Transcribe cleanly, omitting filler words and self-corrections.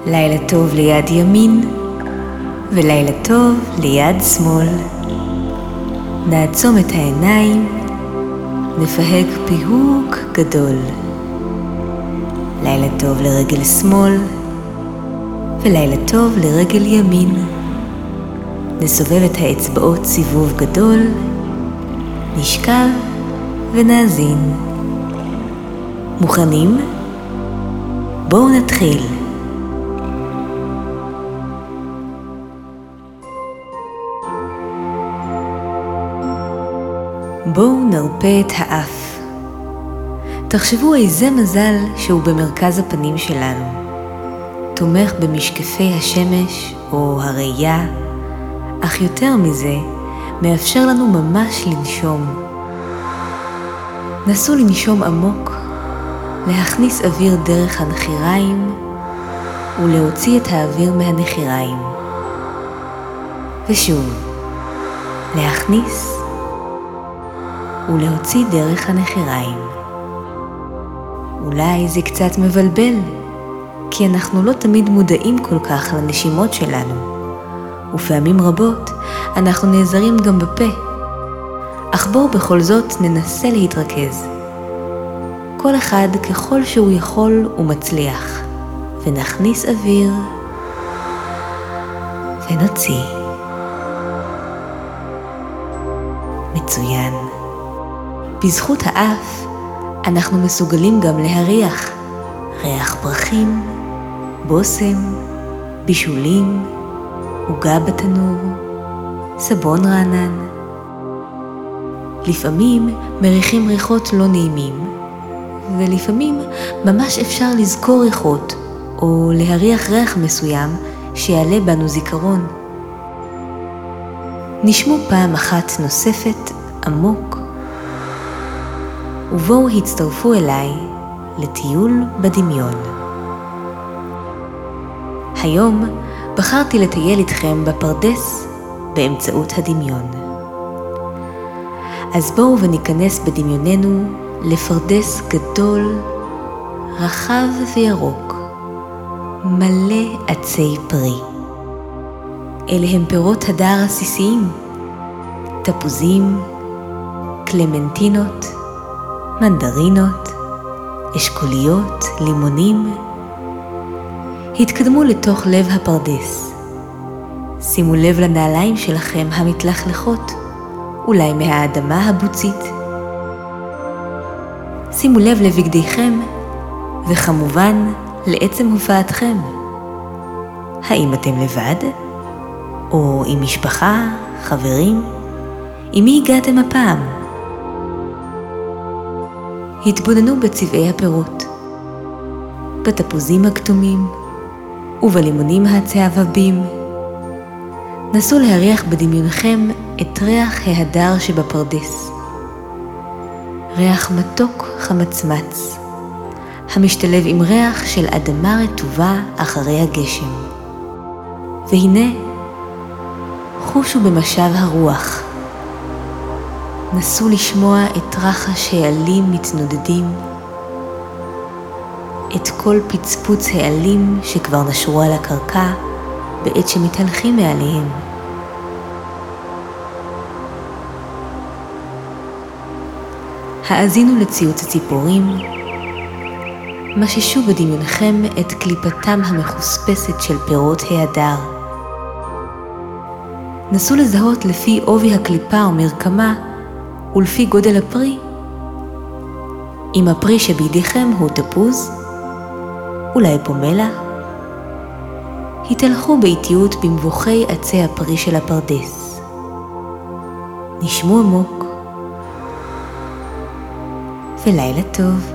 לילה טוב ליד ימין ולילה טוב ליד שמאל. נעצום את העיניים, נפהק פיהוק גדול. לילה טוב לרגל שמאל ולילה טוב לרגל ימין. נסובב את האצבעות סיבוב גדול, נשכב ונאזין. מוכנים? בואו נתחיל. בואו נרפה את האף. תחשבו איזה מזל שהוא במרכז הפנים שלנו. תומך במשקפי השמש או הראייה, אך יותר מזה, מאפשר לנו ממש לנשום. נסו לנשום עמוק, להכניס אוויר דרך הנחיריים ולהוציא את האוויר מהנחיריים. ושוב, להכניס ולהוציא דרך הנחיריים. אולי זה קצת מבלבל, כי אנחנו לא תמיד מודעים כל כך לנשימות שלנו, ופעמים רבות אנחנו נעזרים גם בפה. אך בואו בכל זאת ננסה להתרכז. כל אחד ככל שהוא יכול ומצליח, ונכניס אוויר ונוציא. מצוין. בזכות האף אנחנו מסוגלים גם להריח ריח פרחים, בוסם, בישולים, עוגה בתנור, סבון רענן. לפעמים מריחים ריחות לא נעימים, ולפעמים ממש אפשר לזכור ריחות או להריח ריח מסוים שיעלה בנו זיכרון. נשמו פעם אחת נוספת עמוק, ובואו הצטרפו אליי לטיול בדמיון. היום בחרתי לטייל איתכם בפרדס באמצעות הדמיון. אז בואו וניכנס בדמיוננו לפרדס גדול, רחב וירוק, מלא עצי פרי. אלה הם פירות הדר עסיסיים, תפוזים, קלמנטינות, מנדרינות, אשכוליות, לימונים. התקדמו לתוך לב הפרדס. שימו לב לנעליים שלכם המתלכלכות, אולי מהאדמה הבוצית. שימו לב לבגדיכם, וכמובן לעצם הופעתכם. האם אתם לבד? או עם משפחה, חברים? עם מי הגעתם הפעם? התבוננו בצבעי הפירות, בתפוזים הכתומים ובלימונים הצהבהבים. נסו להריח בדמיונכם את ריח ההדר שבפרדס. ריח מתוק חמצמץ, המשתלב עם ריח של אדמה רטובה אחרי הגשם. והנה, חושו במשב הרוח. נסו לשמוע את רחש העלים מתנודדים, את כל פצפוץ העלים שכבר נשרו על הקרקע בעת שמתהלכים מעליהם. האזינו לציוץ הציפורים, מששו בדמיונכם את קליפתם המחוספסת של פירות ההדר. נסו לזהות לפי עובי הקליפה או מרקמה ולפי גודל הפרי. אם הפרי שבידיכם הוא תפוז, אולי פומלה, התהלכו באיטיות במבוכי עצי הפרי של הפרדס. נשמו עמוק, ולילה טוב.